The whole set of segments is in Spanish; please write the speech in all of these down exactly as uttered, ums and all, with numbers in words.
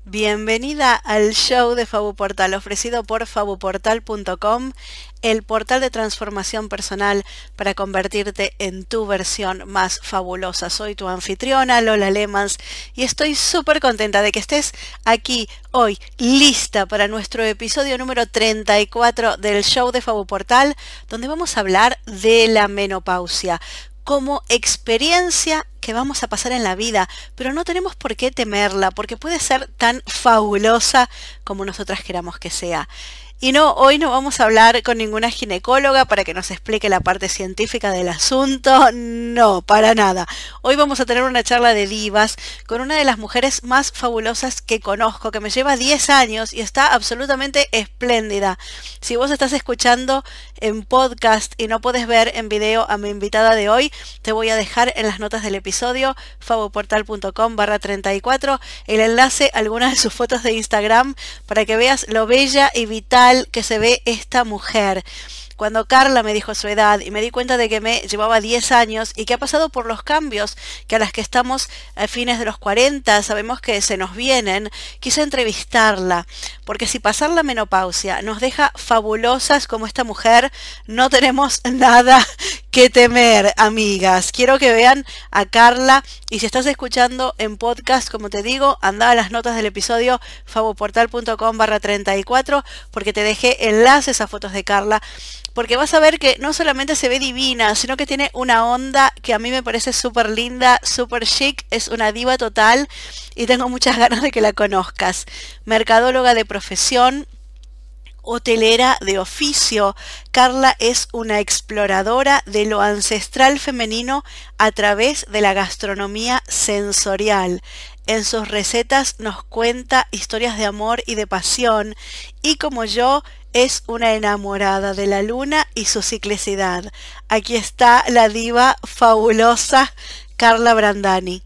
Bienvenida al show de Fabu Portal, ofrecido por fabu portal punto com, el portal de transformación personal para convertirte en tu versión más fabulosa. Soy tu anfitriona, Lola Lemans, y estoy súper contenta de que estés aquí hoy, lista para nuestro episodio número treinta y cuatro del show de Fabu Portal, donde vamos a hablar de la menopausia como experiencia que vamos a pasar en la vida, pero no tenemos por qué temerla, porque puede ser tan fabulosa como nosotras queramos que sea. Y no, hoy no vamos a hablar con ninguna ginecóloga para que nos explique la parte científica del asunto, no, para nada. Hoy vamos a tener una charla de divas con una de las mujeres más fabulosas que conozco, que me lleva diez años y está absolutamente espléndida. Si vos estás escuchando en podcast y no puedes ver en video a mi invitada de hoy, te voy a dejar en las notas del episodio fabu portal punto com barra treinta y cuatro el enlace a algunas de sus fotos de Instagram para que veas lo bella y vital que se ve esta mujer. Cuando Carla me dijo su edad y me di cuenta de que me llevaba diez años y que ha pasado por los cambios que a las que estamos a fines de los cuarenta sabemos que se nos vienen, quise entrevistarla, porque si pasar la menopausia nos deja fabulosas como esta mujer, no tenemos nada que temer, amigas. Quiero que vean a Carla, y si estás escuchando en podcast, como te digo, anda a las notas del episodio fabu portal punto com barra treinta y cuatro porque te dejé enlaces a fotos de Carla, porque vas a ver que no solamente se ve divina, sino que tiene una onda que a mí me parece súper linda, súper chic, es una diva total y tengo muchas ganas de que la conozcas. Mercadóloga de profesión, hotelera de oficio, Carla es una exploradora de lo ancestral femenino a través de la gastronomía sensorial. En sus recetas nos cuenta historias de amor y de pasión, y como yo, es una enamorada de la luna y su ciclicidad. Aquí está la diva fabulosa Carla Brandani.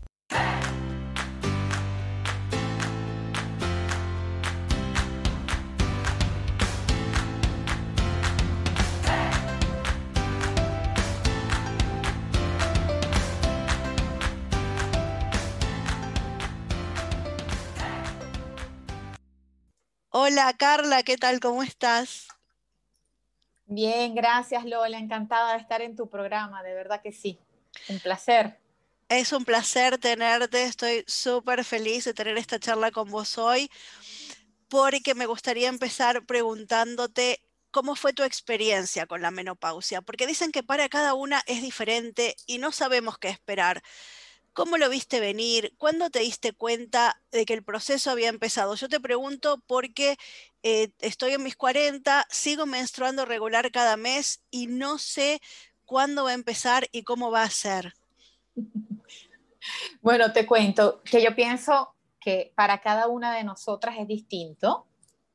Hola Carla, ¿qué tal? ¿Cómo estás? Bien, gracias Lola, encantada de estar en tu programa, de verdad que sí, un placer. Es un placer tenerte, estoy súper feliz de tener esta charla con vos hoy, porque me gustaría empezar preguntándote cómo fue tu experiencia con la menopausia, porque dicen que para cada una es diferente y no sabemos qué esperar. ¿Cómo lo viste venir? ¿Cuándo te diste cuenta de que el proceso había empezado? Yo te pregunto porque eh, estoy en mis cuarenta, sigo menstruando regular cada mes y no sé cuándo va a empezar y cómo va a ser. Bueno, te cuento que yo pienso que para cada una de nosotras es distinto.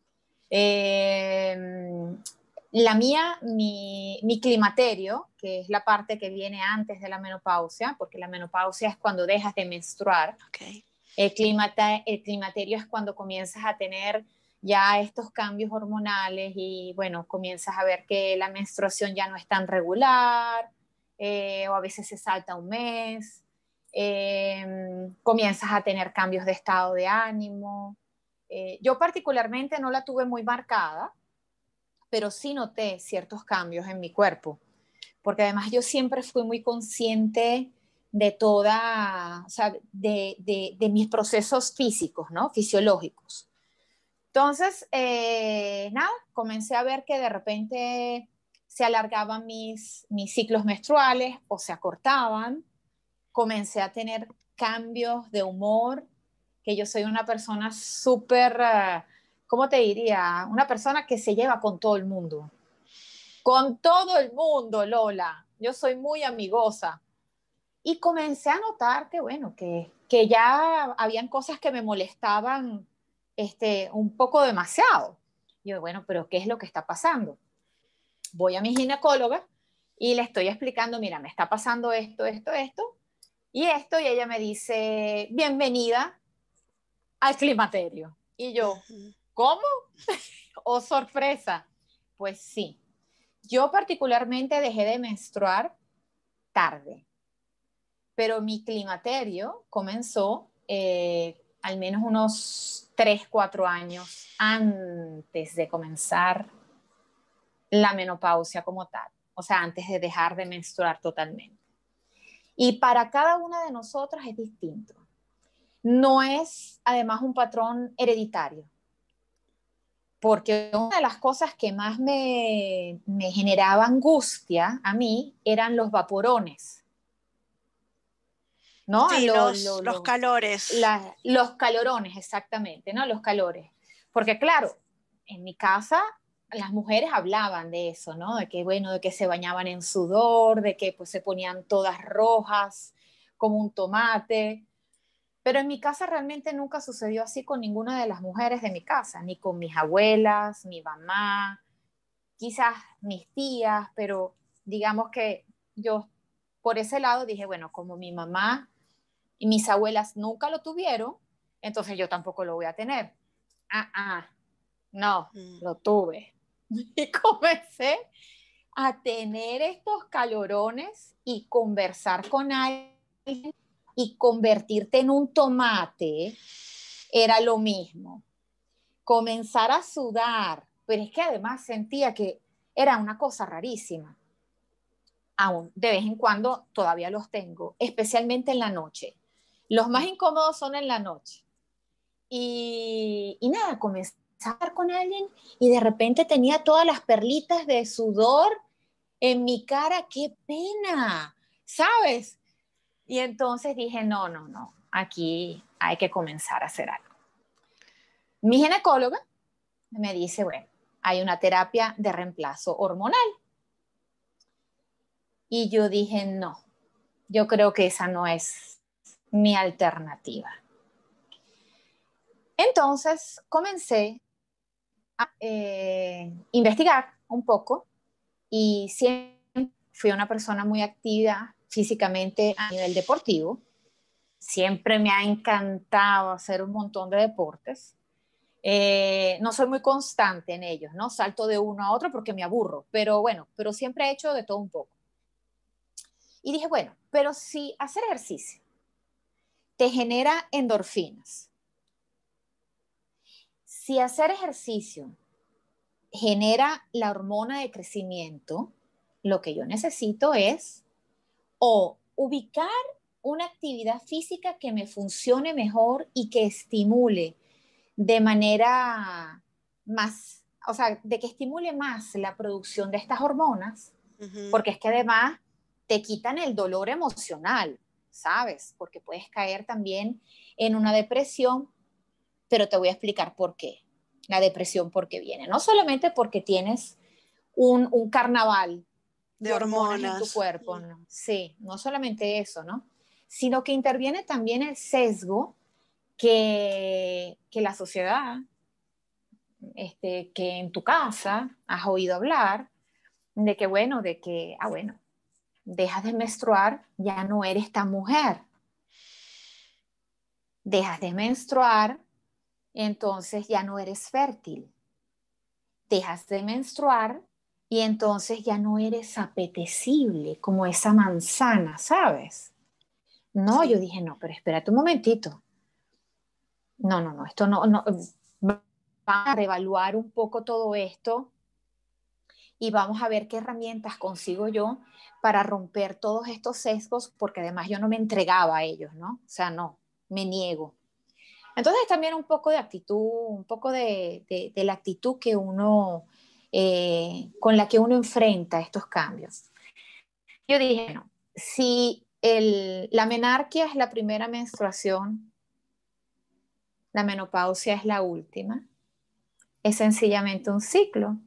Eh, la mía, mi, mi climaterio, que es la parte que viene antes de la menopausia, porque la menopausia es cuando dejas de menstruar. Okay. El, climata, el climaterio es cuando comienzas a tener ya estos cambios hormonales y bueno, comienzas a ver que la menstruación ya no es tan regular, eh, o a veces se salta un mes, eh, comienzas a tener cambios de estado de ánimo. Eh, yo particularmente no la tuve muy marcada, pero sí noté ciertos cambios en mi cuerpo, porque además yo siempre fui muy consciente de toda, o sea, de, de, de mis procesos físicos, ¿no? Fisiológicos. Entonces, eh, nada, comencé a ver que de repente se alargaban mis, mis ciclos menstruales o se acortaban. Comencé a tener cambios de humor, que yo soy una persona súper, uh, ¿cómo te diría? Una persona que se lleva con todo el mundo. Con todo el mundo, Lola. Yo soy muy amigosa. Y comencé a notar que, bueno, que, que ya habían cosas que me molestaban este, un poco demasiado. Y yo, bueno, pero ¿qué es lo que está pasando? Voy a mi ginecóloga y le estoy explicando, mira, me está pasando esto, esto, esto, y esto, y ella me dice, bienvenida al climaterio. Y yo, Ujú. ¿cómo? ¿Oh, sorpresa? Pues sí. Yo particularmente dejé de menstruar tarde, pero mi climaterio comenzó eh, al menos unos tres, cuatro años antes de comenzar la menopausia como tal, o sea, antes de dejar de menstruar totalmente. Y para cada una de nosotras es distinto. No es además un patrón hereditario, porque una de las cosas que más me, me generaba angustia a mí eran los vaporones, ¿no? Sí, Lo, los, lo, los lo, calores. la, los calorones, exactamente, ¿no? Los calores. Porque claro, en mi casa las mujeres hablaban de eso, ¿no? De que, bueno, de que se bañaban en sudor, de que pues se ponían todas rojas como un tomate. Pero en mi casa realmente nunca sucedió así con ninguna de las mujeres de mi casa, ni con mis abuelas, mi mamá, quizás mis tías, pero digamos que yo por ese lado dije, bueno, como mi mamá y mis abuelas nunca lo tuvieron, entonces yo tampoco lo voy a tener. Ah, ah, no, Mm. lo tuve. Y comencé a tener estos calorones y conversar con alguien y convertirte en un tomate era lo mismo. Comenzar a sudar, pero es que además sentía que era una cosa rarísima. Aún de vez en cuando todavía los tengo, especialmente en la noche. Los más incómodos son en la noche. Y, y nada, comencé a hablar con alguien y de repente tenía todas las perlitas de sudor en mi cara. ¡Qué pena! ¿Sabes? Y entonces dije, no, no, no, aquí hay que comenzar a hacer algo. Mi ginecóloga me dice, bueno, hay una terapia de reemplazo hormonal. Y yo dije, no, yo creo que esa no es mi alternativa. Entonces comencé a eh, investigar un poco y siempre fui una persona muy activa físicamente a nivel deportivo. Siempre me ha encantado hacer un montón de deportes. Eh, no soy muy constante en ellos, ¿no? Salto de uno a otro porque me aburro, pero bueno, pero siempre he hecho de todo un poco. Y dije, bueno, pero si hacer ejercicio te genera endorfinas, si hacer ejercicio genera la hormona de crecimiento, lo que yo necesito es o ubicar una actividad física que me funcione mejor y que estimule de manera más, o sea, de que estimule más la producción de estas hormonas, Ujú. porque es que además te quitan el dolor emocional, ¿sabes? Porque puedes caer también en una depresión, pero te voy a explicar por qué. La depresión, ¿por qué viene? No solamente porque tienes un, un carnaval De de hormonas en tu hormonas. cuerpo, ¿no? Sí, no solamente eso, ¿no? Sino que interviene también el sesgo que, que la sociedad, este, que en tu casa has oído hablar, de que bueno, de que, ah, bueno, dejas de menstruar, ya no eres tan mujer. Dejas de menstruar, entonces ya no eres fértil. Dejas de menstruar y entonces ya no eres apetecible como esa manzana, ¿sabes? No, yo Sí. dije, no, pero espérate un momentito. No, no, no, esto no, no, vamos a reevaluar un poco todo esto y vamos a ver qué herramientas consigo yo para romper todos estos sesgos, porque además yo no me entregaba a ellos, ¿no? O sea, no, me niego. Entonces también un poco de actitud, un poco de, de, de la actitud que uno, eh, con la que uno enfrenta estos cambios. Yo dije, no, si el, la menarquia es la primera menstruación, la menopausia es la última, es sencillamente un ciclo.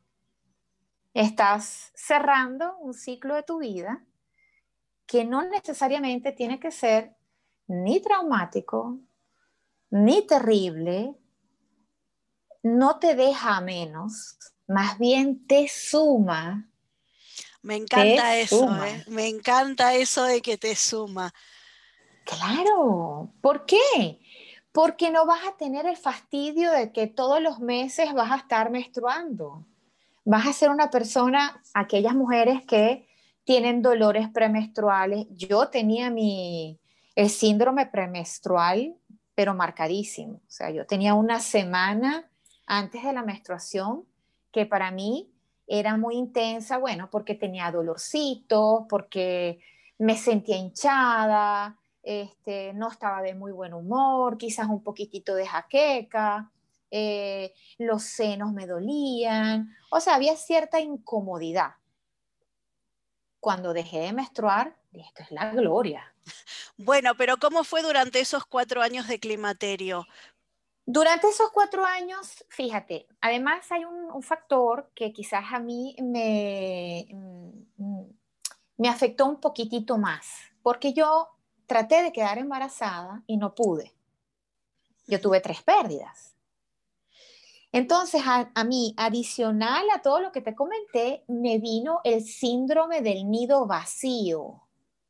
Estás cerrando un ciclo de tu vida que no necesariamente tiene que ser ni traumático, ni terrible, no te deja a menos, más bien te suma, Me te encanta eso, ¿eh? suma. Me encanta eso de que te suma. Claro, ¿por qué? Porque no vas a tener el fastidio de que todos los meses vas a estar menstruando. Vas a ser una persona, aquellas mujeres que tienen dolores premenstruales. Yo tenía mi, el síndrome premenstrual pero marcadísimo. O sea, yo tenía una semana antes de la menstruación que para mí era muy intensa, bueno, porque tenía dolorcito, porque me sentía hinchada, este, no estaba de muy buen humor, quizás un poquitito de jaqueca, eh, los senos me dolían, o sea, había cierta incomodidad. Cuando dejé de menstruar, dije, esto es la gloria. Bueno, pero ¿cómo fue durante esos cuatro años de climaterio? Durante esos cuatro años, fíjate, además hay un, un factor que quizás a mí me, mm, me afectó un poquitito más, porque yo traté de quedar embarazada y no pude. Yo tuve tres pérdidas. Entonces, a, a mí, adicional a todo lo que te comenté, me vino el síndrome del nido vacío.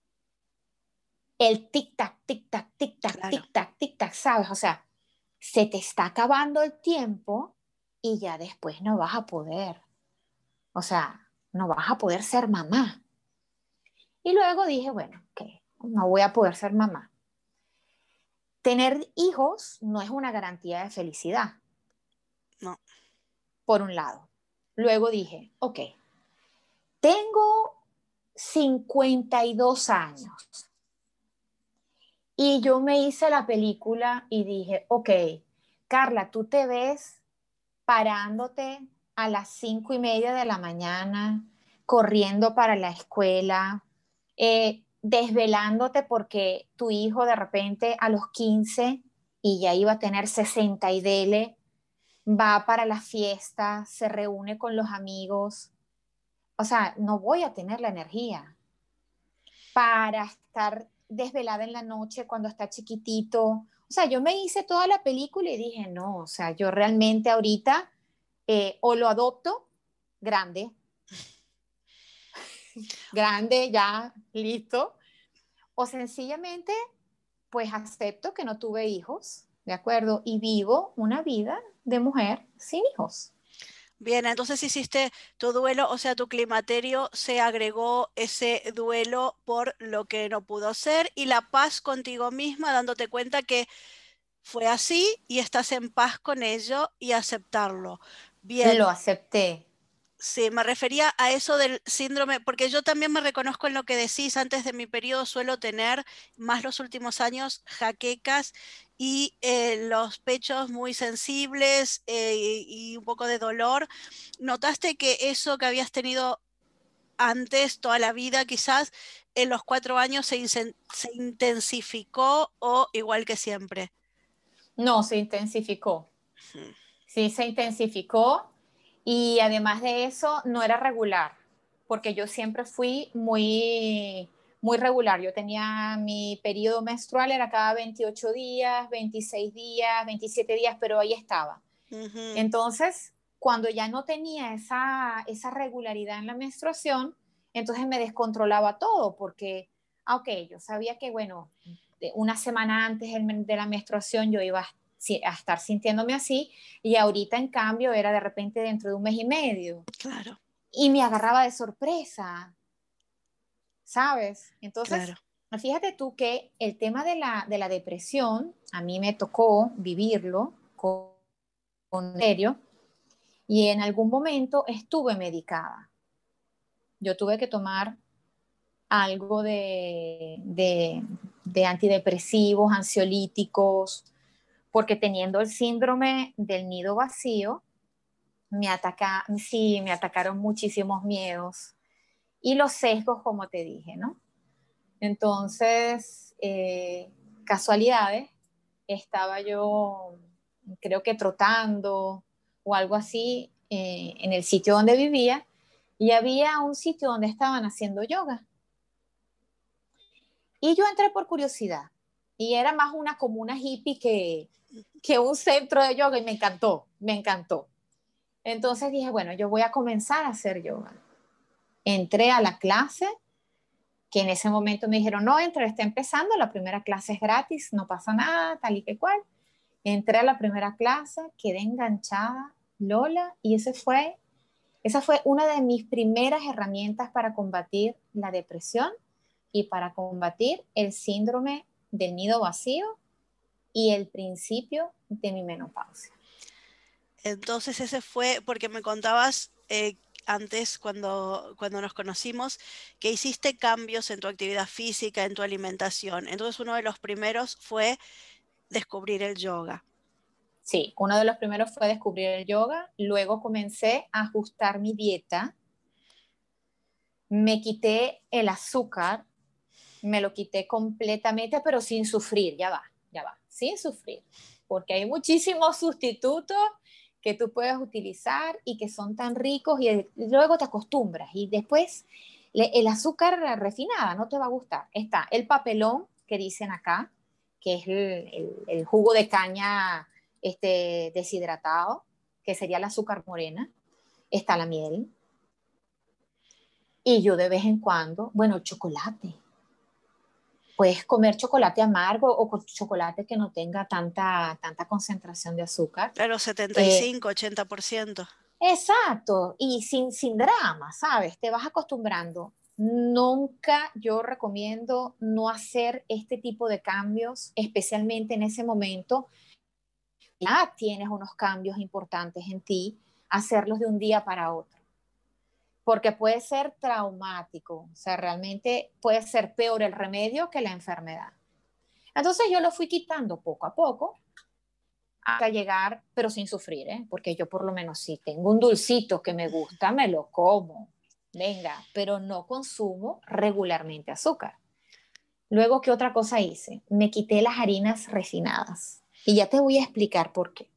El tic-tac, tic-tac, tic-tac, Claro. tic-tac, tic-tac, ¿sabes? O sea, se te está acabando el tiempo y ya después no vas a poder. O sea, no vas a poder ser mamá. Y luego dije, bueno, que no voy a poder ser mamá. Tener hijos no es una garantía de felicidad, No. por un lado. Luego dije, ok, tengo cincuenta y dos años y yo me hice la película y dije, ok, Carla, tú te ves parándote a las cinco y media de la mañana, corriendo para la escuela, eh, desvelándote porque tu hijo de repente a los quince y ya iba a tener sesenta y dele, va para la fiesta, se reúne con los amigos. O sea, no voy a tener la energía para estar desvelada en la noche cuando está chiquitito. O sea, yo me hice toda la película y dije, no, o sea, yo realmente ahorita eh, o lo adopto grande, grande, ya, listo, o sencillamente, pues acepto que no tuve hijos, ¿de acuerdo? Y vivo una vida de mujer sin hijos. Bien, entonces hiciste tu duelo, o sea, tu climaterio se agregó ese duelo por lo que no pudo ser y la paz contigo misma, dándote cuenta que fue así y estás en paz con ello y aceptarlo. Bien, Lo acepté. sí, me refería a eso del síndrome, porque yo también me reconozco en lo que decís, antes de mi periodo suelo tener, más los últimos años, jaquecas y eh, los pechos muy sensibles eh, y, y un poco de dolor. ¿Notaste que eso que habías tenido antes, toda la vida quizás, en los cuatro años se, insen- se intensificó o igual que siempre? No, se intensificó. Ujú. Sí, se intensificó y además de eso no era regular, porque yo siempre fui muy, muy regular. Yo tenía mi periodo menstrual, era cada veintiocho días, veintiséis días, veintisiete días, pero ahí estaba. Ujú. Entonces, cuando ya no tenía esa, esa regularidad en la menstruación, entonces me descontrolaba todo, porque, ah, ok, yo sabía que, bueno, una semana antes de la menstruación yo iba a a estar sintiéndome así y ahorita en cambio era de repente dentro de un mes y medio Claro, y me agarraba de sorpresa, ¿sabes? claro. Entonces, fíjate tú que el tema de la, de la depresión a mí me tocó vivirlo con, con serio y en algún momento estuve medicada. Yo tuve que tomar algo de, de, de antidepresivos, ansiolíticos, porque teniendo el síndrome del nido vacío, me, ataca, sí, me atacaron muchísimos miedos y los sesgos, como te dije, ¿no? Entonces, eh, casualidades, estaba yo, creo que trotando o algo así, eh, en el sitio donde vivía y había un sitio donde estaban haciendo yoga. Y yo entré por curiosidad y era más una comuna hippie que, que un centro de yoga y me encantó, me encantó. Entonces dije, bueno, yo voy a comenzar a hacer yoga. Entré a la clase, que en ese momento me dijeron, no, entra, está empezando, la primera clase es gratis, no pasa nada, tal y que cual. Entré a la primera clase, quedé enganchada, Lola, y ese fue, esa fue una de mis primeras herramientas para combatir la depresión y para combatir el síndrome del nido vacío y el principio de mi menopausia. Entonces ese fue, porque me contabas eh, antes cuando, cuando nos conocimos, que hiciste cambios en tu actividad física, en tu alimentación. Entonces uno de los primeros fue descubrir el yoga. Sí, uno de los primeros fue descubrir el yoga, luego comencé a ajustar mi dieta, me quité el azúcar, me lo quité completamente, pero sin sufrir, ya va, ya va, sin sufrir, porque hay muchísimos sustitutos que tú puedes utilizar y que son tan ricos y luego te acostumbras y después el azúcar refinada no te va a gustar. Está el papelón que dicen acá, que es el, el, el jugo de caña este, deshidratado, que sería el azúcar morena, está la miel y yo de vez en cuando, bueno, chocolate. Puedes comer chocolate amargo o con chocolate que no tenga tanta, tanta concentración de azúcar. Claro, setenta y Eh, cinco, ochenta por ciento. exacto, y sin, sin drama, ¿sabes? Te vas acostumbrando. Nunca yo recomiendo no hacer este tipo de cambios, especialmente en ese momento. Ya tienes unos cambios importantes en ti, hacerlos de un día para otro, porque puede ser traumático, o sea, realmente puede ser peor el remedio que la enfermedad. Entonces yo lo fui quitando poco a poco hasta llegar, pero sin sufrir, ¿eh? Porque yo por lo menos si tengo un dulcito que me gusta, me lo como, venga, pero no consumo regularmente azúcar. Luego, ¿qué otra cosa hice? Me quité las harinas refinadas y ya te voy a explicar por qué.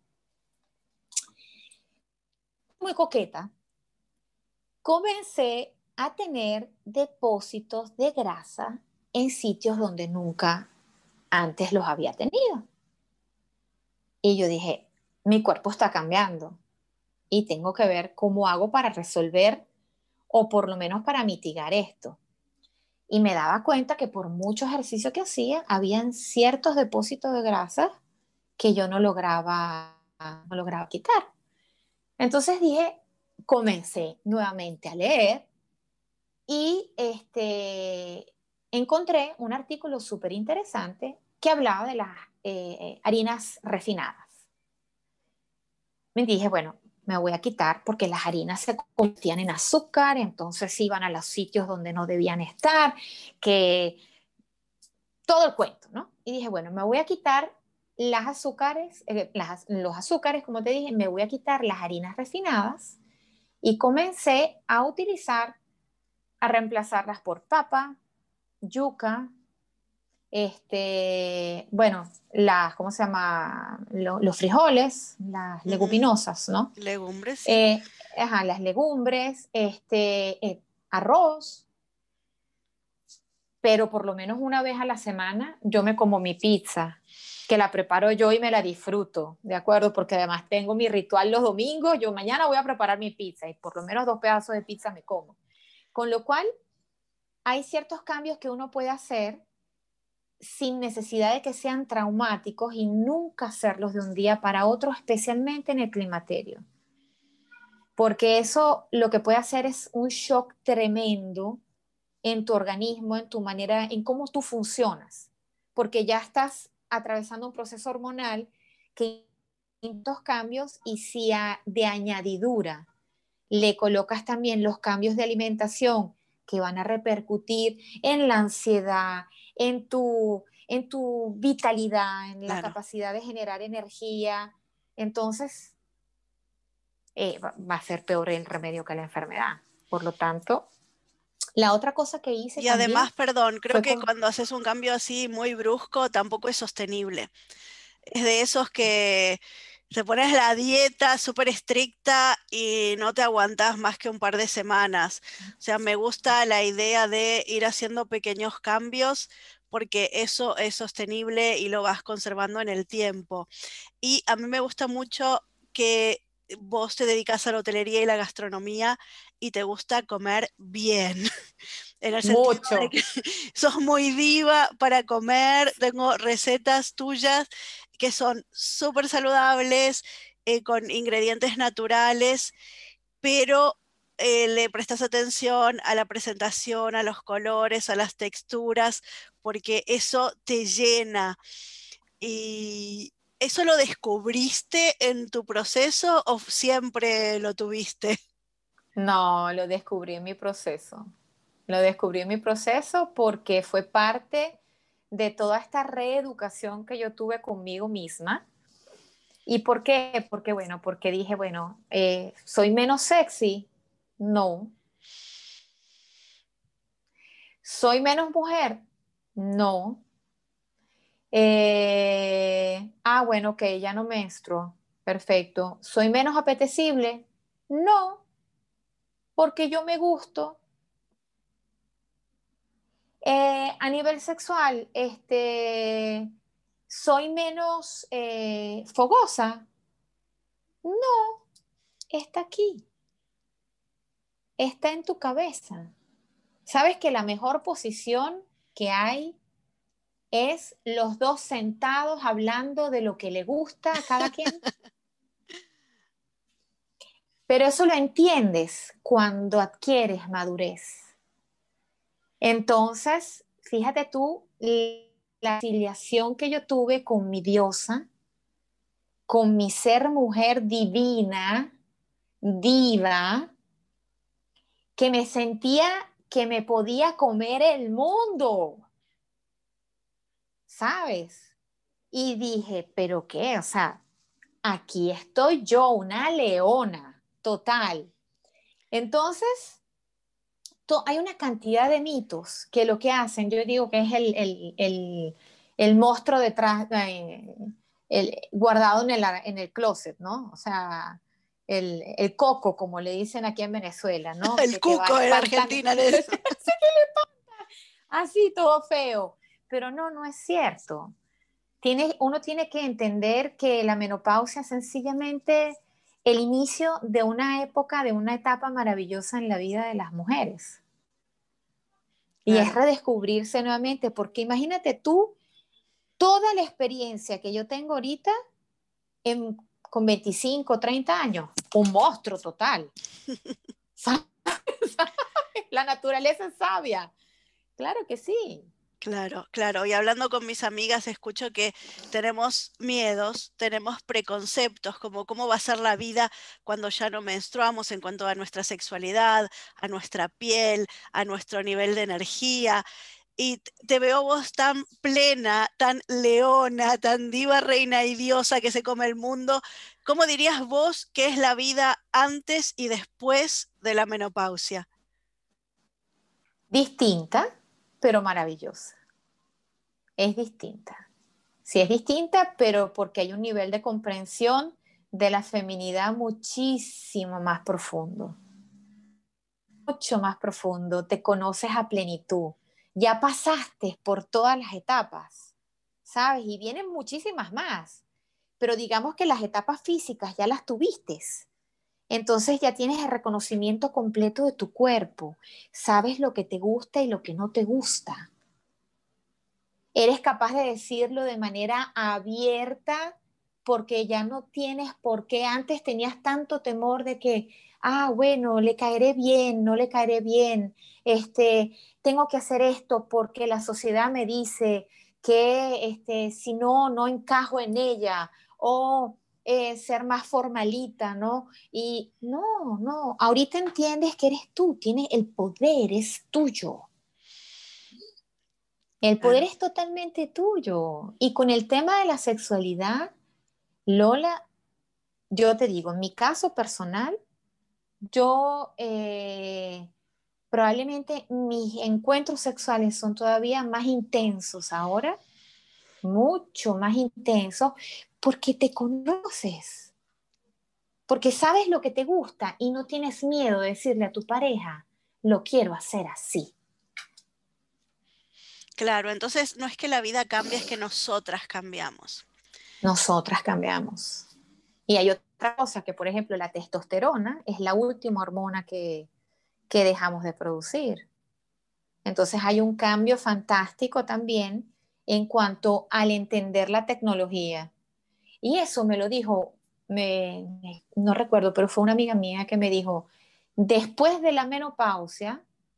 Muy coqueta, comencé a tener depósitos de grasa en sitios donde nunca antes los había tenido. Y yo dije, mi cuerpo está cambiando y tengo que ver cómo hago para resolver o por lo menos para mitigar esto. Y me daba cuenta que por mucho ejercicio que hacía, habían ciertos depósitos de grasa que yo no lograba, no lograba quitar. Entonces dije, comencé nuevamente a leer y este, encontré un artículo súper interesante que hablaba de las eh, harinas refinadas. Me dije, bueno, me voy a quitar porque las harinas se convertían en azúcar, entonces iban a los sitios donde no debían estar, que todo el cuento, ¿no? Y dije, bueno, me voy a quitar las azúcares, eh, las, los azúcares, como te dije, me voy a quitar las harinas refinadas y comencé a utilizar, a reemplazarlas por papa, yuca, este, bueno, las, ¿cómo se llama? Lo, los frijoles, las Uh-huh. leguminosas, ¿no? Legumbres, sí. Eh, ajá, las legumbres, este, eh, arroz, pero por lo menos una vez a la semana yo me como mi pizza, que la preparo yo y me la disfruto, ¿de acuerdo? Porque además tengo mi ritual los domingos, yo mañana voy a preparar mi pizza y por lo menos dos pedazos de pizza me como. Con lo cual, hay ciertos cambios que uno puede hacer sin necesidad de que sean traumáticos y nunca hacerlos de un día para otro, especialmente en el climaterio. Porque eso lo que puede hacer es un shock tremendo en tu organismo, en tu manera, en cómo tú funcionas, porque ya estás atravesando un proceso hormonal que estos cambios y si a, de añadidura le colocas también los cambios de alimentación que van a repercutir en la ansiedad, en tu, en tu vitalidad, en la Claro. capacidad de generar energía, entonces eh, va, va a ser peor el remedio que la enfermedad. Por lo tanto, la otra cosa que hice Y también además, perdón, creo fue que con... cuando haces un cambio así muy brusco tampoco es sostenible. Es de esos que te pones la dieta súper estricta y no te aguantas más que un par de semanas. O sea, me gusta la idea de ir haciendo pequeños cambios porque eso es sostenible y lo vas conservando en el tiempo. Y a mí me gusta mucho que vos te dedicas a la hotelería y la gastronomía y te gusta comer bien. En el sentido de Mucho. que sos muy diva para comer, tengo recetas tuyas que son súper saludables, eh, con ingredientes naturales, pero eh, le prestas atención a la presentación, a los colores, a las texturas, porque eso te llena. ¿Y eso lo descubriste en tu proceso o siempre lo tuviste? No, lo descubrí en mi proceso. Lo descubrí en mi proceso porque fue parte de toda esta reeducación que yo tuve conmigo misma. ¿Y por qué? Porque, bueno, porque dije, bueno, eh, ¿soy menos sexy? No. ¿Soy menos mujer? No. Eh, ah, bueno, ok, ya no menstruo. Perfecto. ¿Soy menos apetecible? No, porque yo me gusto. Eh, a nivel sexual, este, ¿soy menos eh, fogosa? No, está aquí, está en tu cabeza. ¿Sabes que la mejor posición que hay es los dos sentados hablando de lo que le gusta a cada quien? Pero eso lo entiendes cuando adquieres madurez. Entonces, fíjate tú la afiliación que yo tuve con mi diosa, con mi ser mujer divina, diva, que me sentía que me podía comer el mundo, ¿sabes? Y dije, ¿pero qué? O sea, aquí estoy yo, una leona total. Entonces, to- hay una cantidad de mitos que lo que hacen, yo digo que es el, el, el, el monstruo detrás, eh, el, guardado en el, en el closet, ¿no? O sea, el, el coco, como le dicen aquí en Venezuela, ¿no? El Que te va cuco en espantando. Argentina le dicen. Así, todo feo. Pero no, no es cierto. Tiene, uno tiene que entender que la menopausia es sencillamente el inicio de una época, de una etapa maravillosa en la vida de las mujeres. Y es Claro. redescubrirse nuevamente, porque imagínate tú toda la experiencia que yo tengo ahorita en, con veinticinco, treinta años, un monstruo total. ¿Sabes? La naturaleza es sabia. Claro que sí. Claro, claro. Y hablando con mis amigas, escucho que tenemos miedos, tenemos preconceptos, como cómo va a ser la vida cuando ya no menstruamos en cuanto a nuestra sexualidad, a nuestra piel, a nuestro nivel de energía. Y t- te veo vos tan plena, tan leona, tan diva, reina y diosa que se come el mundo. ¿Cómo dirías vos que es la vida antes y después de la menopausia? Distinta, pero maravillosa. Es distinta. Sí, es distinta, pero porque hay un nivel de comprensión de la feminidad muchísimo más profundo, mucho más profundo. Te conoces a plenitud. Ya pasaste por todas las etapas, ¿sabes? Y vienen muchísimas más. Pero digamos que las etapas físicas ya las tuviste. Entonces ya tienes el reconocimiento completo de tu cuerpo. Sabes lo que te gusta y lo que no te gusta. Eres capaz de decirlo de manera abierta porque ya no tienes por qué. Antes tenías tanto temor de que, ah, bueno, le caeré bien, no le caeré bien, este, tengo que hacer esto porque la sociedad me dice que este, si no, no encajo en ella, o eh, ser más formalita, ¿no? Y no, no, ahorita entiendes que eres tú, tienes el poder, es tuyo. El poder Claro. es totalmente tuyo. Y con el tema de la sexualidad, Lola, yo te digo, en mi caso personal, yo eh, probablemente mis encuentros sexuales son todavía más intensos ahora, mucho más intensos, porque te conoces, porque sabes lo que te gusta y no tienes miedo de decirle a tu pareja, lo quiero hacer así. Claro, entonces no es que la vida cambie, es que nosotras cambiamos. Nosotras cambiamos. Y hay otra cosa que, por ejemplo, la testosterona es la última hormona que, que dejamos de producir. Entonces hay un cambio fantástico también en cuanto al entender la tecnología. Y eso me lo dijo, me, me- no recuerdo, pero fue una amiga mía que me dijo, después de la menopausia,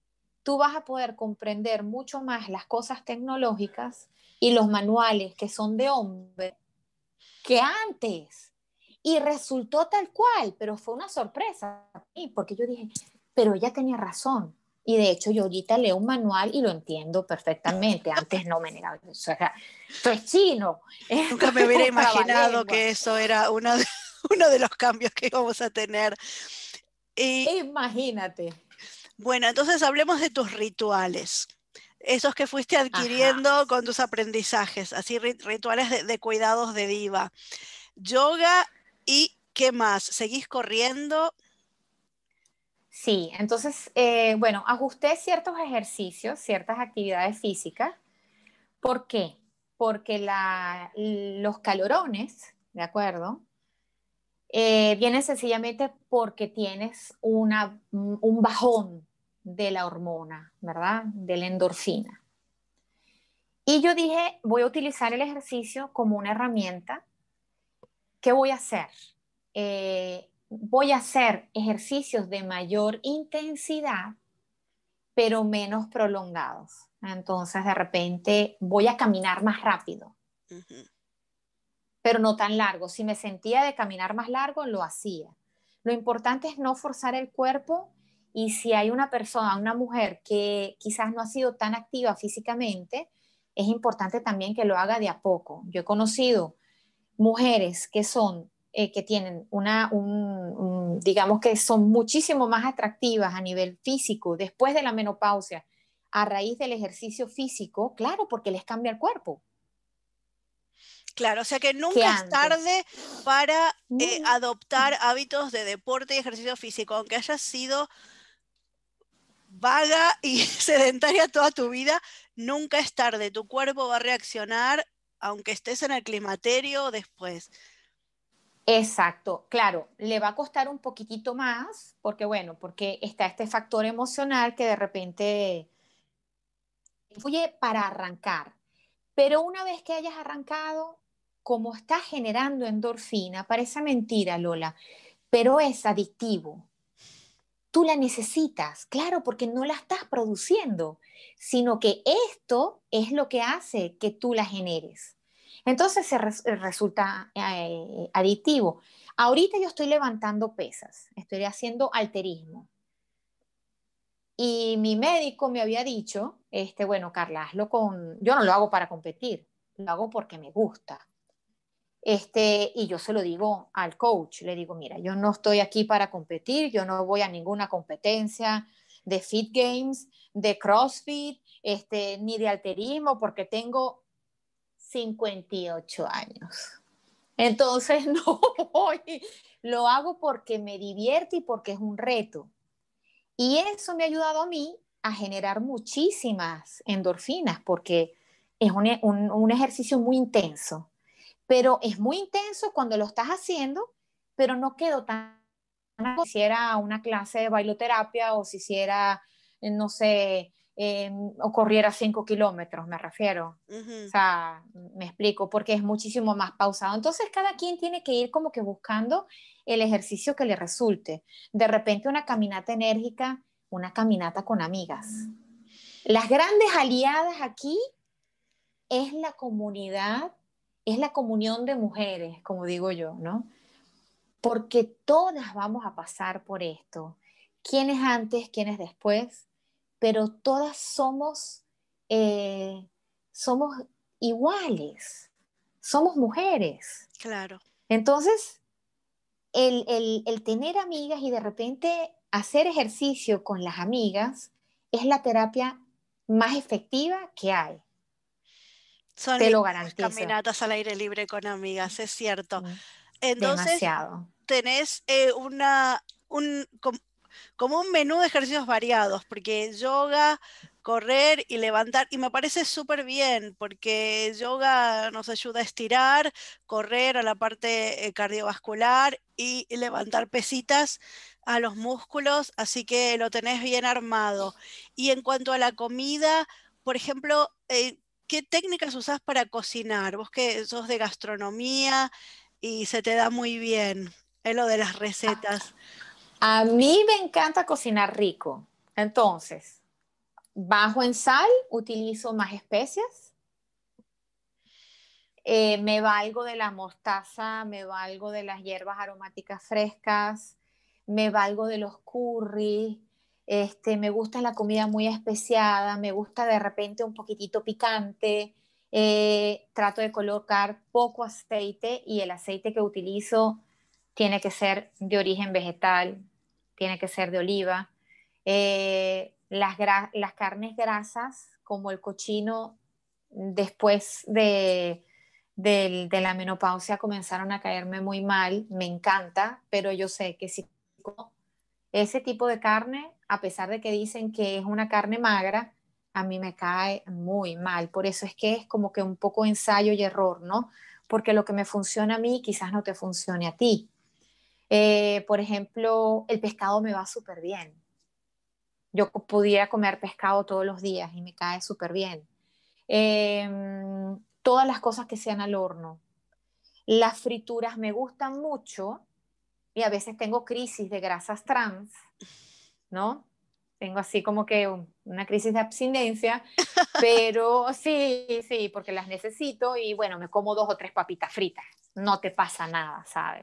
tú vas a poder comprender mucho más las cosas tecnológicas y los manuales que son de hombre que antes. Y resultó tal cual, pero fue una sorpresa para mí, porque yo dije, pero ella tenía razón. Y de hecho yo ahorita leo un manual y lo entiendo perfectamente. Antes no me negaba. O sea, esto es chino. Esto Nunca me es hubiera un imaginado trabalengua. que eso era uno de, uno de los cambios que íbamos a tener. Y Imagínate. bueno, entonces hablemos de tus rituales. Esos que fuiste Ajá. adquiriendo con tus aprendizajes, así rit- rituales de, de cuidados de diva. Yoga y ¿qué más? ¿Seguís corriendo? Sí, entonces, eh, bueno, ajusté ciertos ejercicios, ciertas actividades físicas. ¿Por qué? Porque la, los calorones, ¿de acuerdo? Eh, vienen sencillamente porque tienes una, un bajón de la hormona, ¿verdad? De la endorfina. Y yo dije, voy a utilizar el ejercicio como una herramienta. ¿Qué voy a hacer? Eh, voy a hacer ejercicios de mayor intensidad, pero menos prolongados. Entonces, de repente, voy a caminar más rápido, Ujú. pero no tan largo. Si me sentía de caminar más largo, lo hacía. Lo importante es no forzar el cuerpo, y si hay una persona, una mujer que quizás no ha sido tan activa físicamente, es importante también que lo haga de a poco. Yo he conocido mujeres que son, eh, que tienen una, un, un, digamos que son muchísimo más atractivas a nivel físico después de la menopausia, a raíz del ejercicio físico, claro, porque les cambia el cuerpo, Claro, o sea que que nunca es antes. tarde para eh, No, adoptar hábitos de deporte y ejercicio físico, aunque hayas sido vaga y sedentaria toda tu vida, nunca es tarde. Tu cuerpo va a reaccionar aunque estés en el climaterio después. exacto, claro, le va a costar un poquitito más, porque bueno, porque está este factor emocional que de repente influye para arrancar. Pero una vez que hayas arrancado, como estás generando endorfina, parece mentira, Lola, pero es adictivo. Tú la necesitas, claro, porque no la estás produciendo, sino que esto es lo que hace que tú la generes. Entonces se res resulta eh, adictivo. Ahorita yo estoy levantando pesas, estoy haciendo halterismo. Y mi médico me había dicho, este, bueno, Carla, hazlo con, yo no lo hago para competir, lo hago porque me gusta. Este, y yo se lo digo al coach, le digo, mira, yo no estoy aquí para competir, yo no voy a ninguna competencia de Fit Games, de CrossFit, este, ni de alterismo, porque tengo cincuenta y ocho años. Entonces, no voy, lo hago porque me divierte y porque es un reto. Y eso me ha ayudado a mí a generar muchísimas endorfinas, porque es un, un, un ejercicio muy intenso, pero es muy intenso cuando lo estás haciendo, pero no quedo tan como si hiciera una clase de bailoterapia o si hiciera, eh, no sé, eh, o corriera cinco kilómetros, me refiero. O Ujú. sea, me explico, porque es muchísimo más pausado. Entonces, cada quien tiene que ir como que buscando el ejercicio que le resulte. De repente, una caminata enérgica, una caminata con amigas. Las grandes aliadas aquí es la comunidad, es la comunión de mujeres, como digo yo, ¿no? Porque todas vamos a pasar por esto. Quiénes antes, quiénes después, pero todas somos, eh, somos iguales, somos mujeres. Claro. Entonces, el, el, el tener amigas y de repente hacer ejercicio con las amigas es la terapia más efectiva que hay, Son te lo lindas las garantizo. caminatas al aire libre con amigas, es cierto. Entonces, Demasiado. tenés eh, una, un, com- como un menú de ejercicios variados, porque yoga, correr y levantar, y me parece súper bien, porque yoga nos ayuda a estirar, correr a la parte eh, cardiovascular y levantar pesitas a los músculos, así que lo tenés bien armado. Y en cuanto a la comida, por ejemplo, eh, ¿qué técnicas usás para cocinar? Vos que sos de gastronomía y se te da muy bien, es lo de las recetas. A mí me encanta cocinar rico. Entonces, bajo en sal, utilizo más especias. Eh, me valgo de la mostaza, me valgo de las hierbas aromáticas frescas, me valgo de los curry, este, me gusta la comida muy especiada, me gusta de repente un poquitito picante, eh, trato de colocar poco aceite y el aceite que utilizo tiene que ser de origen vegetal, tiene que ser de oliva. Eh, las, las carnes grasas, como el cochino, después de del, de la menopausia comenzaron a caerme muy mal, me encanta, pero yo sé que si como ese tipo de carne, a pesar de que dicen que es una carne magra, a mí me cae muy mal. Por eso es que es como que un poco ensayo y error, ¿no? Porque lo que me funciona a mí quizás no te funcione a ti. Eh, por ejemplo, el pescado me va súper bien. Yo pudiera comer pescado todos los días y me cae súper bien. Eh, todas las cosas que sean al horno. Las frituras me gustan mucho y a veces tengo crisis de grasas trans, ¿no? Tengo así como que un, una crisis de abstinencia, pero sí, sí, porque las necesito y bueno, me como dos o tres papitas fritas. No te pasa nada, ¿sabes?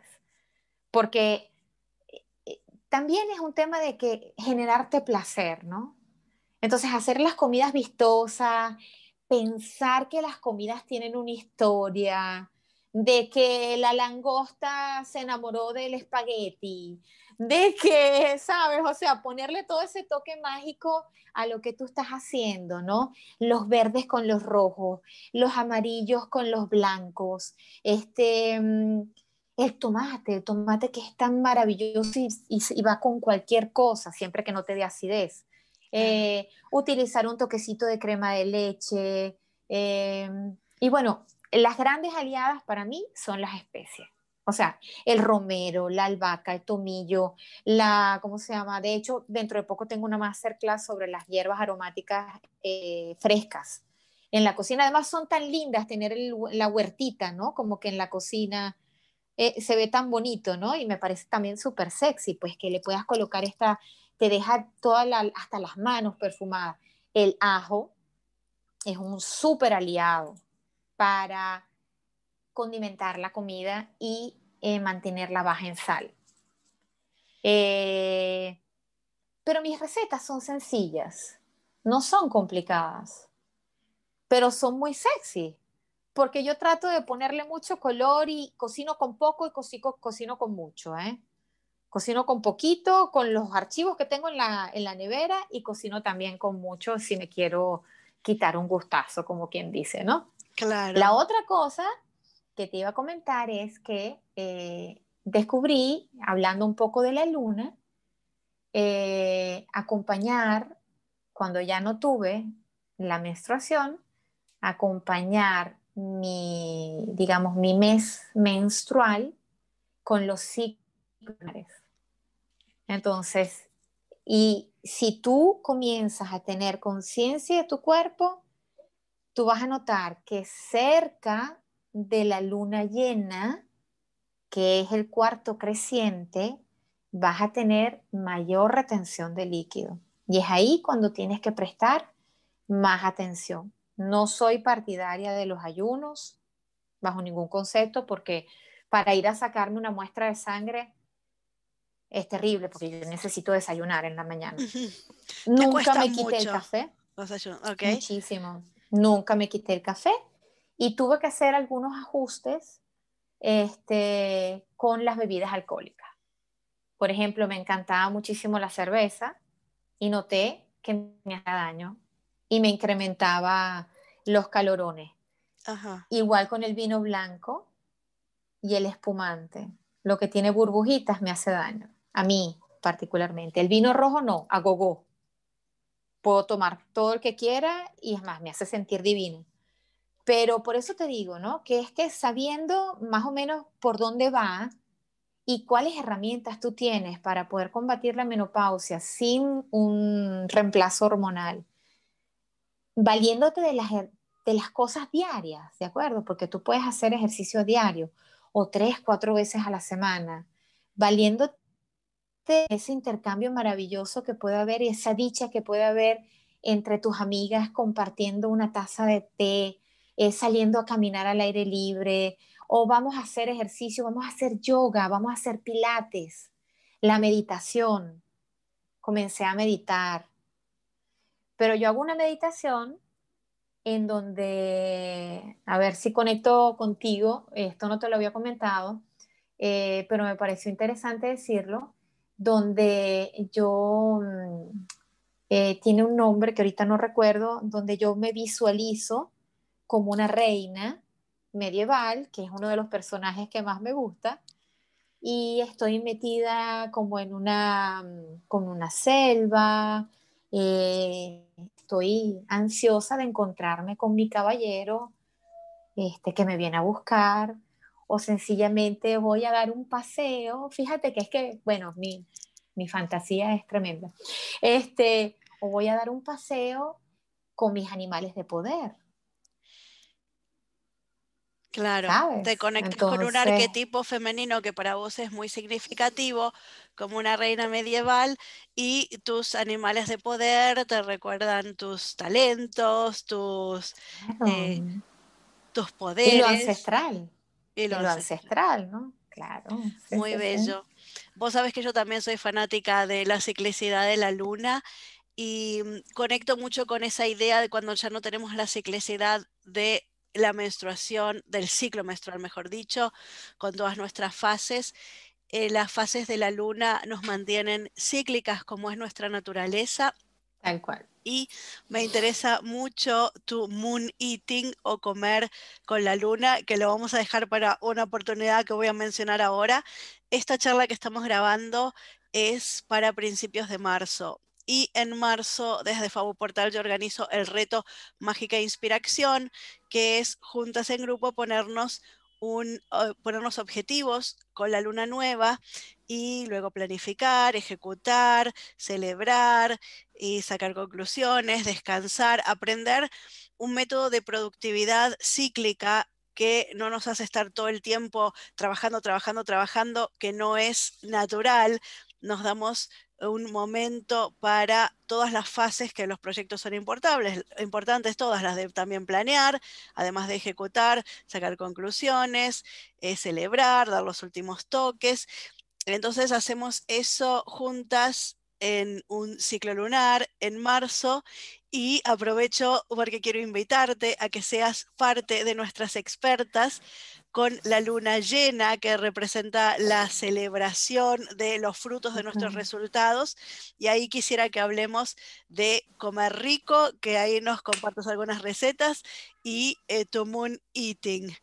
Porque eh, también es un tema de que generarte placer, ¿no? Entonces, hacer las comidas vistosas, pensar que las comidas tienen una historia, de que la langosta se enamoró del espagueti, de que, ¿sabes? O sea, ponerle todo ese toque mágico a lo que tú estás haciendo, ¿no? Los verdes con los rojos, los amarillos con los blancos, este, mm, el tomate, el tomate que es tan maravilloso y, y- y va con cualquier cosa, siempre que no te dé acidez. Claro. Eh, utilizar un toquecito de crema de leche. eh, y bueno, las grandes aliadas para mí son las especies. O sea, el romero, la albahaca, el tomillo, la, ¿cómo se llama? De hecho, dentro de poco tengo una masterclass sobre las hierbas aromáticas eh, frescas en la cocina. Además, son tan lindas tener el- la huertita, ¿no? Como que en la cocina eh, se ve tan bonito, ¿no? Y me parece también súper sexy, pues que le puedas colocar esta, te deja toda la, hasta las manos perfumadas. El ajo es un súper aliado para condimentar la comida y eh, mantenerla baja en sal. Eh, pero mis recetas son sencillas, no son complicadas, pero son muy sexy, porque yo trato de ponerle mucho color y cocino con poco y cocino, cocino con mucho, ¿eh? Cocino con poquito, con los archivos que tengo en la, en la nevera y cocino también con mucho si me quiero quitar un gustazo, como quien dice, ¿no? La Claro. otra cosa que te iba a comentar es que eh, descubrí, hablando un poco de la luna, eh, acompañar, cuando ya no tuve la menstruación, acompañar mi, digamos, mi mes menstrual con los ciclos lunares. Entonces, y si tú comienzas a tener conciencia de tu cuerpo, tú vas a notar que cerca de la luna llena, que es el cuarto creciente, vas a tener mayor retención de líquido. Y es ahí cuando tienes que prestar más atención. No soy partidaria de los ayunos bajo ningún concepto porque para ir a sacarme una muestra de sangre es terrible porque yo necesito desayunar en la mañana. Te Nunca cuesta me quité el mucho café, los ayunos, ¿ok? muchísimo. Nunca me quité el café y tuve que hacer algunos ajustes este, con las bebidas alcohólicas. Por ejemplo, me encantaba muchísimo la cerveza y noté que me hacía daño y me incrementaba los calorones. Ajá. Igual con el vino blanco y el espumante. Lo que tiene burbujitas me hace daño. A mí particularmente. El vino rojo no, a gogo. Puedo tomar todo el que quiera y es más, me hace sentir divino. Pero por eso te digo, ¿no? Que es que sabiendo más o menos por dónde va y cuáles herramientas tú tienes para poder combatir la menopausia sin un reemplazo hormonal, valiéndote de las, de las cosas diarias, ¿de acuerdo? Porque tú puedes hacer ejercicio diario o tres, cuatro veces a la semana, valiéndote de ese intercambio maravilloso que puede haber y esa dicha que puede haber entre tus amigas compartiendo una taza de té, eh, saliendo a caminar al aire libre, o vamos a hacer ejercicio, vamos a hacer yoga, vamos a hacer pilates, la meditación. Comencé a meditar, pero yo hago una meditación en donde, a ver si conecto contigo, esto no te lo había comentado, eh, pero me pareció interesante decirlo, donde yo, mm, eh, tiene un nombre que ahorita no recuerdo, donde yo me visualizo como una reina medieval, que es uno de los personajes que más me gusta, y estoy metida como en una, mm, con una selva, eh, estoy ansiosa de encontrarme con mi caballero, este, que me viene a buscar, o sencillamente voy a dar un paseo. Fíjate que es que, bueno, mi, mi fantasía es tremenda. Este, o voy a dar un paseo con mis animales de poder, Claro, te ¿sabes? conectas con un Entonces, arquetipo femenino que para vos es muy significativo, como una reina medieval, y tus animales de poder te recuerdan tus talentos, tus, claro, eh, tus y lo poderes ancestral, y lo y lo ancestral. ancestral, ¿no? Claro, sí, Muy sí, sí. bello. Vos sabés que yo también soy fanática de la ciclicidad de la luna y mm, conecto mucho con esa idea de cuando ya no tenemos la ciclicidad de la menstruación, del ciclo menstrual, mejor dicho, con todas nuestras fases. Eh, las fases de la luna nos mantienen cíclicas como es nuestra naturaleza. Tal cual. Y me interesa mucho tu moon eating o comer con la luna, que lo vamos a dejar para una oportunidad que voy a mencionar ahora. Esta charla que estamos grabando es para principios de marzo. Y en marzo, desde Fabu Portal, yo organizo el reto Mágica Inspiración, que es juntas en grupo ponernos un, eh, ponernos objetivos con la luna nueva y luego planificar, ejecutar, celebrar y sacar conclusiones, descansar, aprender un método de productividad cíclica que no nos hace estar todo el tiempo trabajando, trabajando, trabajando, que no es natural. Nos damos un momento para todas las fases que los proyectos son importantes, importantes todas las de también planear, además de ejecutar, sacar conclusiones, eh, celebrar, dar los últimos toques. Entonces hacemos eso juntas en un ciclo lunar en marzo y aprovecho porque quiero invitarte a que seas parte de nuestras expertas con la luna llena que representa la celebración de los frutos de nuestros Okay. resultados. Y ahí quisiera que hablemos de comer rico, que ahí nos compartas algunas recetas y eh, tu moon eating.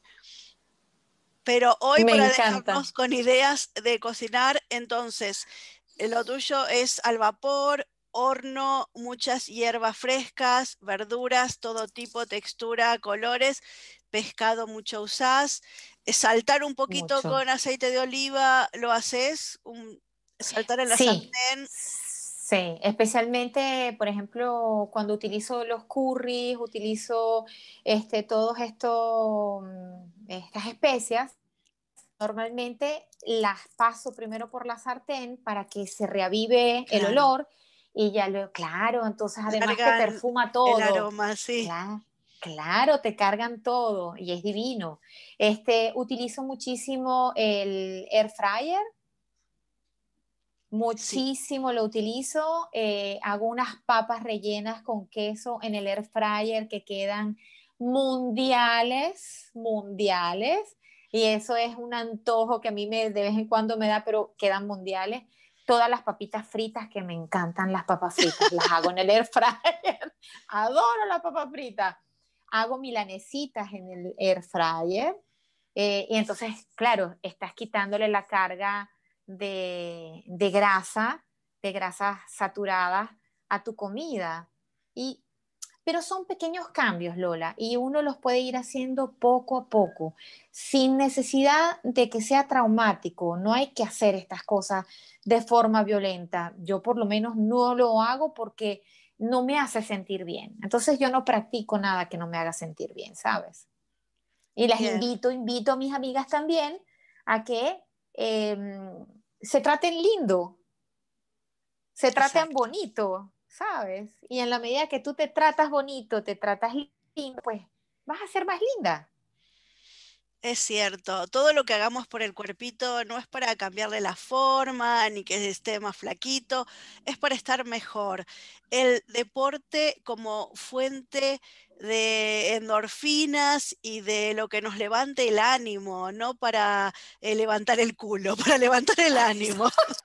Pero hoy Me para encanta. dejarnos con ideas de cocinar, entonces, eh, lo tuyo es al vapor, horno, muchas hierbas frescas, verduras, todo tipo, textura, colores, pescado mucho usás, eh, saltar un poquito Mucho. con aceite de oliva, ¿lo haces? Un- saltar en la Sí, sartén, sí, especialmente, por ejemplo, cuando utilizo los curries, utilizo este, todos estos, mm, estas especias, normalmente las paso primero por la sartén para que se reavive el claro, olor y ya lo, claro, entonces además te largan perfuma el todo. aroma, sí, Claro, claro, te cargan todo y es divino. Este, utilizo muchísimo el air fryer. sí. Muchísimo lo utilizo. Eh, hago unas papas rellenas con queso en el air fryer que quedan mundiales, mundiales. Y eso es un antojo que a mí me, de vez en cuando me da, pero quedan mundiales. Todas las papitas fritas, que me encantan las papas fritas, las hago en el air fryer. Adoro las papas fritas. Hago milanesitas en el air fryer. Eh, y entonces, claro, estás quitándole la carga de, de grasa, de grasas saturadas a tu comida. Y, pero son pequeños cambios, Lola, y uno los puede ir haciendo poco a poco, sin necesidad de que sea traumático. No hay que hacer estas cosas de forma violenta. Yo por lo menos no lo hago porque no me hace sentir bien. Entonces yo no practico nada que no me haga sentir bien, ¿sabes? Y las Bien, invito, invito a mis amigas también a que eh, se traten lindo, se traten exacto. bonito, ¿sabes? Y en la medida que tú te tratas bonito, te tratas lindo, pues vas a ser más linda. Es cierto, todo lo que hagamos por el cuerpito no es para cambiarle la forma ni que esté más flaquito, es para estar mejor. El deporte como fuente de endorfinas y de lo que nos levante el ánimo, no para eh, levantar el culo, para levantar el ánimo.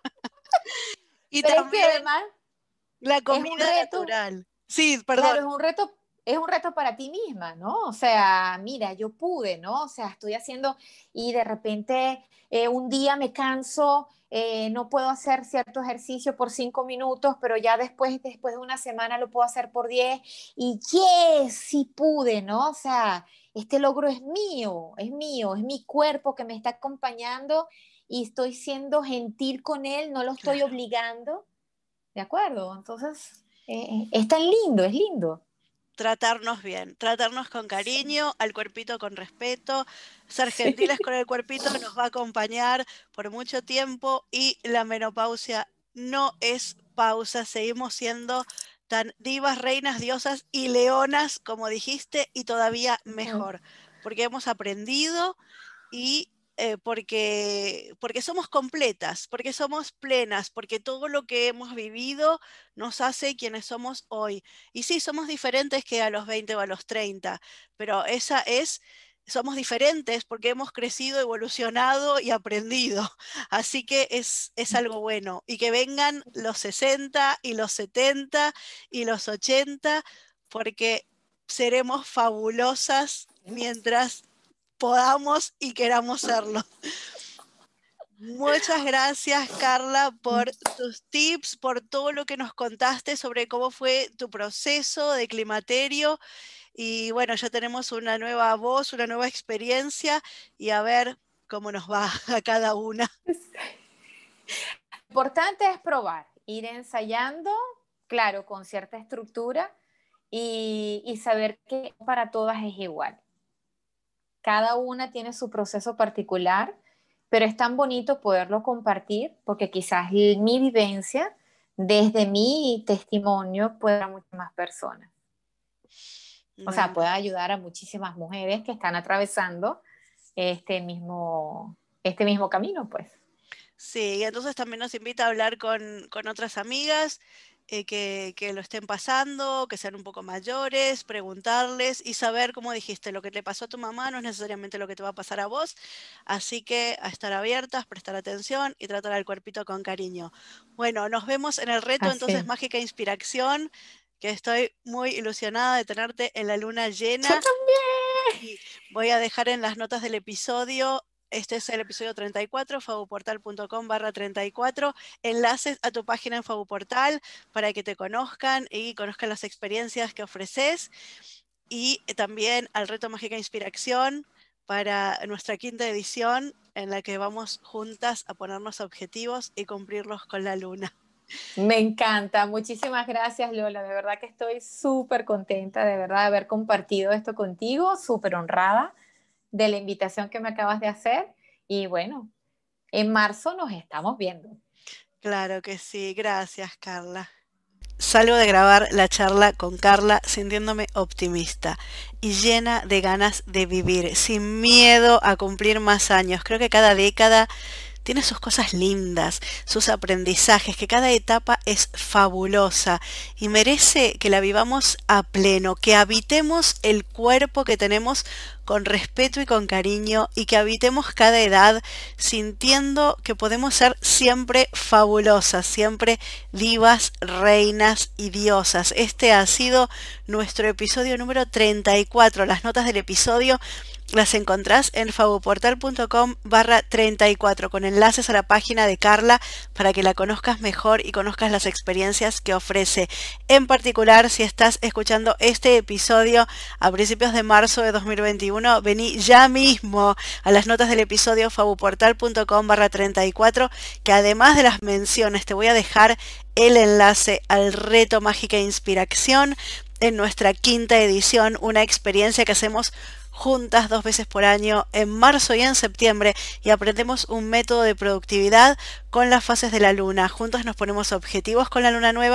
Y Pero es que también además la es un comida reto. natural. Sí, perdón. Claro, es un reto, es un reto para ti misma, ¿no? O sea, mira, yo pude, ¿no? O sea, estoy haciendo y de repente eh, un día me canso, eh, no puedo hacer cierto ejercicio por cinco minutos, pero ya después, después de una semana lo puedo hacer por diez y yes, sí pude, ¿no? O sea, este logro es mío, es mío, es mi cuerpo que me está acompañando y estoy siendo gentil con él, no lo estoy Claro. obligando, ¿de acuerdo? Entonces, eh, es tan lindo, es lindo. Tratarnos bien, tratarnos con Sí. cariño, al cuerpito con respeto, ser gentiles Sí. con el cuerpito nos va a acompañar por mucho tiempo y la menopausia no es pausa, seguimos siendo tan divas, reinas, diosas y leonas, como dijiste, y todavía Ujú. mejor, porque hemos aprendido y eh, porque, porque somos completas, porque somos plenas, porque todo lo que hemos vivido nos hace quienes somos hoy. Y sí, somos diferentes que a los veinte o a los treinta, pero esa es, somos diferentes porque hemos crecido, evolucionado y aprendido. Así que es, es algo bueno. Y que vengan los sesenta y los setenta y los ochenta, porque seremos fabulosas mientras podamos y queramos serlo. Muchas gracias, Carla, por tus tips, por todo lo que nos contaste sobre cómo fue tu proceso de climaterio. Y bueno, ya tenemos una nueva voz, una nueva experiencia y a ver cómo nos va a cada una. Lo importante es probar, ir ensayando, claro, con cierta estructura y, y saber que para todas es igual. Cada una tiene su proceso particular, pero es tan bonito poderlo compartir porque quizás mi vivencia, desde mi testimonio, pueda a muchas más personas. O sea, Bueno, pueda ayudar a muchísimas mujeres que están atravesando este mismo, este mismo camino, pues. sí, y entonces también nos invita a hablar con, con otras amigas eh, que, que lo estén pasando, que sean un poco mayores, preguntarles y saber, como dijiste, lo que te pasó a tu mamá no es necesariamente lo que te va a pasar a vos, así que a estar abiertas, prestar atención y tratar al cuerpito con cariño. Bueno, nos vemos en el reto entonces Así. Mágica Inspiración, que estoy muy ilusionada de tenerte en la luna Yo llena. también. Y voy a dejar en las notas del episodio, este es el episodio treinta y cuatro, fabuportal.com barra treinta y cuatro, enlaces a tu página en Fabuportal para que te conozcan y conozcan las experiencias que ofreces y también al reto Mágica Inspiración para nuestra quinta edición en la que vamos juntas a ponernos objetivos y cumplirlos con la luna. Me encanta. Muchísimas gracias, Lola. De verdad que estoy súper contenta, de verdad, de haber compartido esto contigo, súper honrada de la invitación que me acabas de hacer. Y bueno, en marzo nos estamos viendo. Claro que sí, gracias Carla. Salgo de grabar la charla con Carla sintiéndome optimista y llena de ganas de vivir, sin miedo a cumplir más años. Creo que cada década tiene sus cosas lindas, sus aprendizajes, que cada etapa es fabulosa y merece que la vivamos a pleno, que habitemos el cuerpo que tenemos con respeto y con cariño y que habitemos cada edad sintiendo que podemos ser siempre fabulosas, siempre divas, reinas y diosas. Este ha sido nuestro episodio número treinta y cuatro. Las notas del episodio las encontrás en fabuportal.com barra treinta y cuatro con enlaces a la página de Carla para que la conozcas mejor y conozcas las experiencias que ofrece. En particular, si estás escuchando este episodio a principios de marzo de dos mil veintiuno, vení ya mismo a las notas del episodio fabuportal.com barra treinta y cuatro, que además de las menciones te voy a dejar el enlace al reto Mágica Inspiración en nuestra quinta edición, una experiencia que hacemos juntas dos veces por año en marzo y en septiembre y aprendemos un método de productividad con las fases de la luna. Juntos nos ponemos objetivos con la luna nueva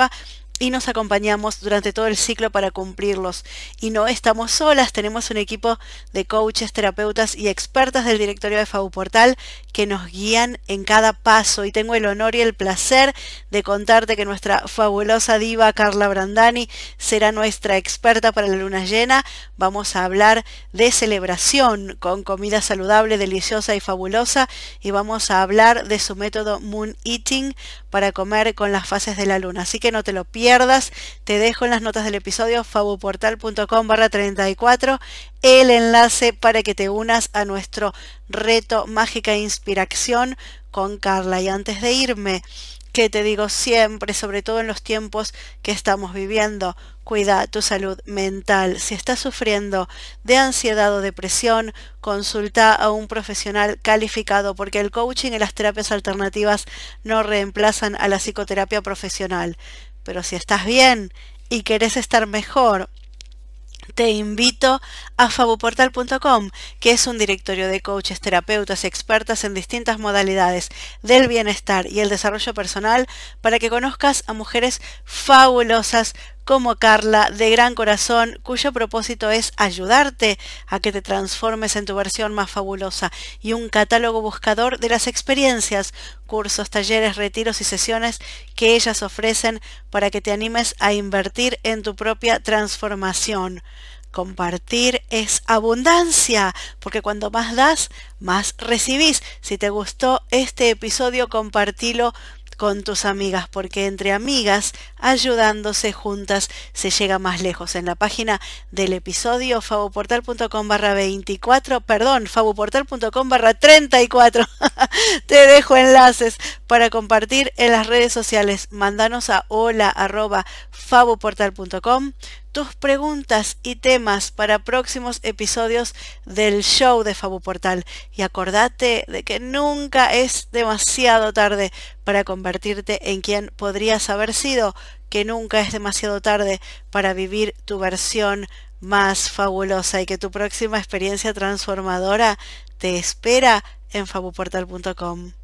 y nos acompañamos durante todo el ciclo para cumplirlos. Y no estamos solas, tenemos un equipo de coaches, terapeutas y expertas del directorio de Fabu Portal que nos guían en cada paso, y tengo el honor y el placer de contarte que nuestra fabulosa diva Carla Brandani será nuestra experta para la luna llena. Vamos a hablar de celebración con comida saludable, deliciosa y fabulosa, y vamos a hablar de su método Moon Eating para comer con las fases de la luna. Así que no te lo pierdas. Te dejo en las notas del episodio fabuportal.com barra 34 el enlace para que te unas a nuestro reto Mágica Inspiración con Carla. Y antes de irme, que te digo siempre, sobre todo en los tiempos que estamos viviendo, cuida tu salud mental. Si estás sufriendo de ansiedad o depresión, consulta a un profesional calificado, porque el coaching y las terapias alternativas no reemplazan a la psicoterapia profesional. Pero si estás bien y querés estar mejor, te invito a fabuportal punto com, que es un directorio de coaches, terapeutas y expertas en distintas modalidades del bienestar y el desarrollo personal, para que conozcas a mujeres fabulosas como Carla, de gran corazón, cuyo propósito es ayudarte a que te transformes en tu versión más fabulosa, y un catálogo buscador de las experiencias, cursos, talleres, retiros y sesiones que ellas ofrecen para que te animes a invertir en tu propia transformación. Compartir es abundancia, porque cuando más das, más recibís. Si te gustó este episodio, compartilo con tus amigas, porque entre amigas, ayudándose juntas, se llega más lejos. En la página del episodio, fabuportal punto com barra veinticuatro, perdón, fabuportal punto com barra treinta y cuatro, te dejo enlaces para compartir en las redes sociales. Mándanos a hola arroba fabuportal punto com tus preguntas y temas para próximos episodios del show de Fabu Portal. Y acordate de que nunca es demasiado tarde para convertirte en quien podrías haber sido, que nunca es demasiado tarde para vivir tu versión más fabulosa, y que tu próxima experiencia transformadora te espera en fabuportal punto com.